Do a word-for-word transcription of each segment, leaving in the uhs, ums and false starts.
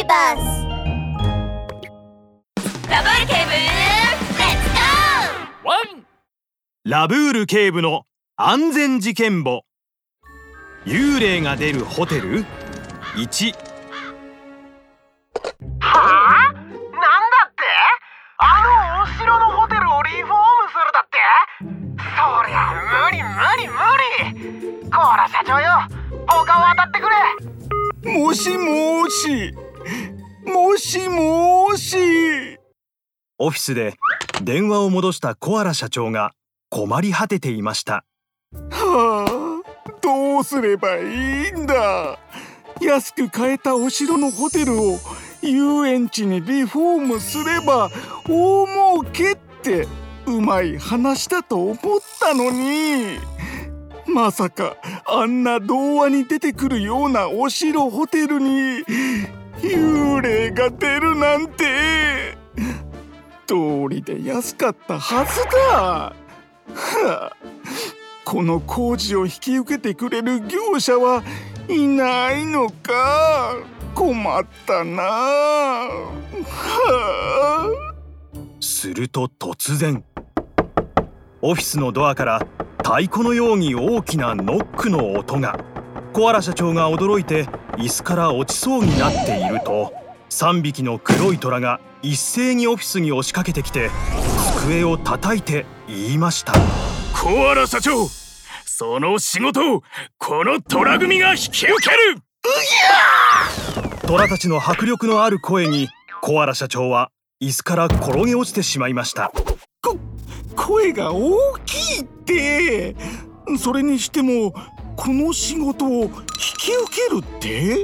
ーバス。ラブール警部、レッツゴー。 ワンラブール警部の安全事件簿。幽霊が出るホテルいち。 はあ？なんだって？あのお城のホテルをリフォームするだって？そりゃ無理無理無理。コーラ社長よ、他を当たってくれ。 もしもーしもしもーし。 オフィスで電話を戻したコアラ社長が困り果てていました。 はあ、どうすればいいんだ。安く買えたお城のホテルを遊園地にリフォームすれば大儲けってうまい話だと思ったのに、まさかあんな童話に出てくるようなお城ホテルに幽霊が出るなんて。道理で安かったはずだ。はあ、この工事を引き受けてくれる業者はいないのか。困ったな。はあ、すると突然オフィスのドアから太鼓のように大きなノックの音が。コアラ社長が驚いて椅子から落ちそうになっていると、さんびきの黒い虎が一斉にオフィスに押しかけてきて机を叩いて言いました。 コアラ社長、その仕事をこの虎組が引き受ける。うぎゃー！虎たちの迫力のある声にコアラ社長は椅子から転げ落ちてしまいました。 こ声が大きいって。それにしてもこの仕事を引き受けるって？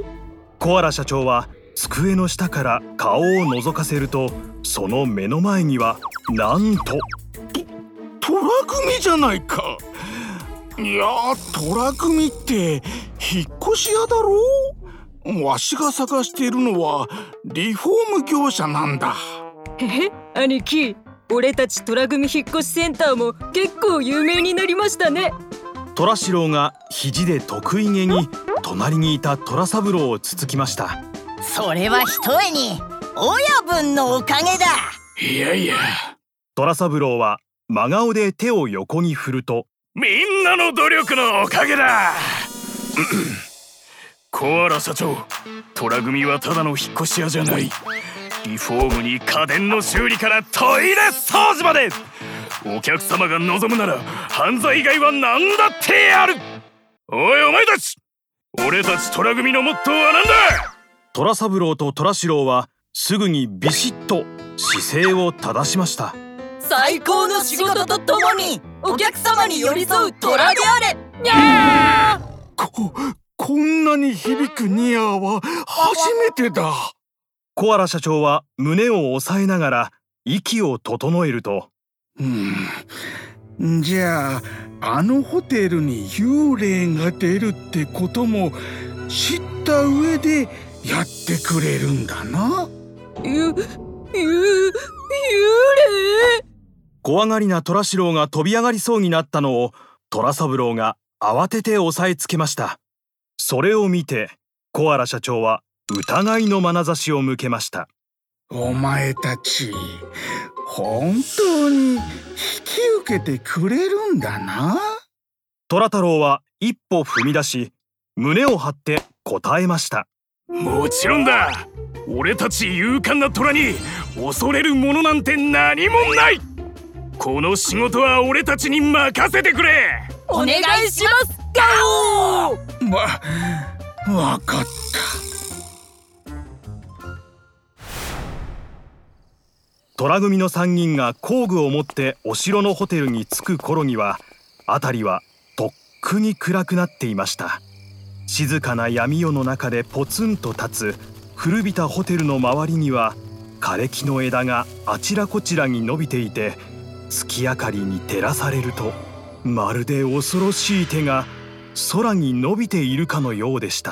コアラ社長は机の下から顔を覗かせると、その目の前にはなんと虎組じゃないか。いやー、虎組って引っ越し屋だろ。わしが探しているのはリフォーム業者なんだ。 へへ、兄貴、俺たち虎組引っ越しセンターも結構有名になりましたね。 虎四郎が肘で得意げに隣にいた虎三郎をつつきました。 それはひとえに親分のおかげだ。 いやいや。 虎三郎は真顔で手を横に振ると、 みんなの努力のおかげだ。コアラ社長、虎組はただの引っ越し屋じゃない。リフォームに家電の修理からトイレ掃除まで、お客様が望むなら犯罪以外は何だってやる。おいお前たち、俺たち虎組のモットーは何だ。 虎三郎と虎四郎はすぐにビシッと姿勢を正しました。 最高の仕事とともにお客様に寄り添う虎であれ。にゃー。 こ、こんなに響くニャーは初めてだ。 コアラ社長は胸を押さえながら息を整えると、 うん、じゃああのホテルに幽霊が出るってことも知った上でやってくれるんだな。 ゆ、ゆ、幽霊？ 怖がりな虎四郎が飛び上がりそうになったのを虎三郎が慌てて押さえつけました。それを見てコアラ社長は疑いの眼差しを向けました。 お前たち本当に引き受けてくれるんだな。 虎太郎は一歩踏み出し胸を張って答えました。 もちろんだ。俺たち勇敢な虎に恐れるものなんて何もない。この仕事は俺たちに任せてくれ。 お願いします。ガオー。 わ、わかった。 虎組のさんにんが工具を持ってお城のホテルに着く頃には辺りはとっくに暗くなっていました。静かな闇夜の中でポツンと立つ古びたホテルの周りには枯れ木の枝があちらこちらに伸びていて、月明かりに照らされるとまるで恐ろしい手が空に伸びているかのようでした。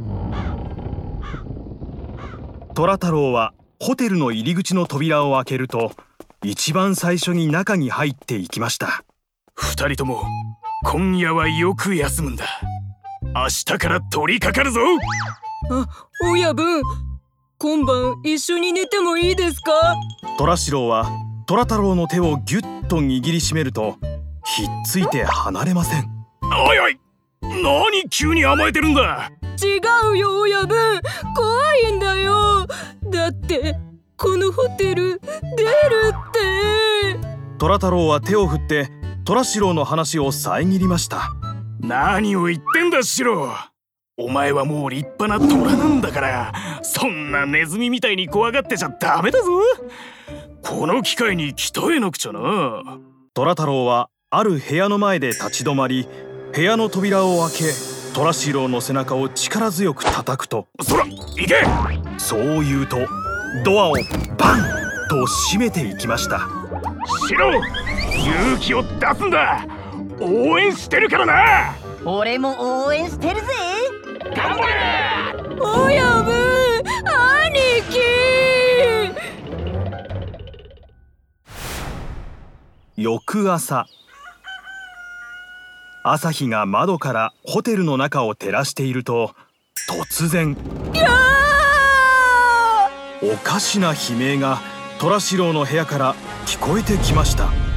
虎太郎はホテルの入り口の扉を開けると一番最初に中に入っていきました。 二人とも今夜はよく休むんだ。明日から取り掛かるぞ。 あ、親分、 今晩一緒に寝てもいいですか？ 虎四郎は虎太郎の手をぎゅっと握りしめるとひっついて離れません。 おいおい、何急に甘えてるんだ。 違うよ親分、怖いんだよ。だってこのホテル出るって。 虎太郎は手を振って虎四郎の話を遮りました。 何を言ってんだシロ。お前はもう立派な虎なんだから、そんなネズミみたいに怖がってちゃダメだぞ。この機会に鍛えなくちゃな。 虎太郎はある部屋の前で立ち止まり、部屋の扉を開け虎四郎の背中を力強く叩くと、 そら行け。 そう言うとドアをバンと閉めていきました。 シロ、勇気を出すんだ。応援してるからな。 俺も応援してるぜ。 頑張れ親分、兄貴。 翌朝、朝日が窓からホテルの中を照らしていると、突然おかしな悲鳴が虎四郎の部屋から聞こえてきました。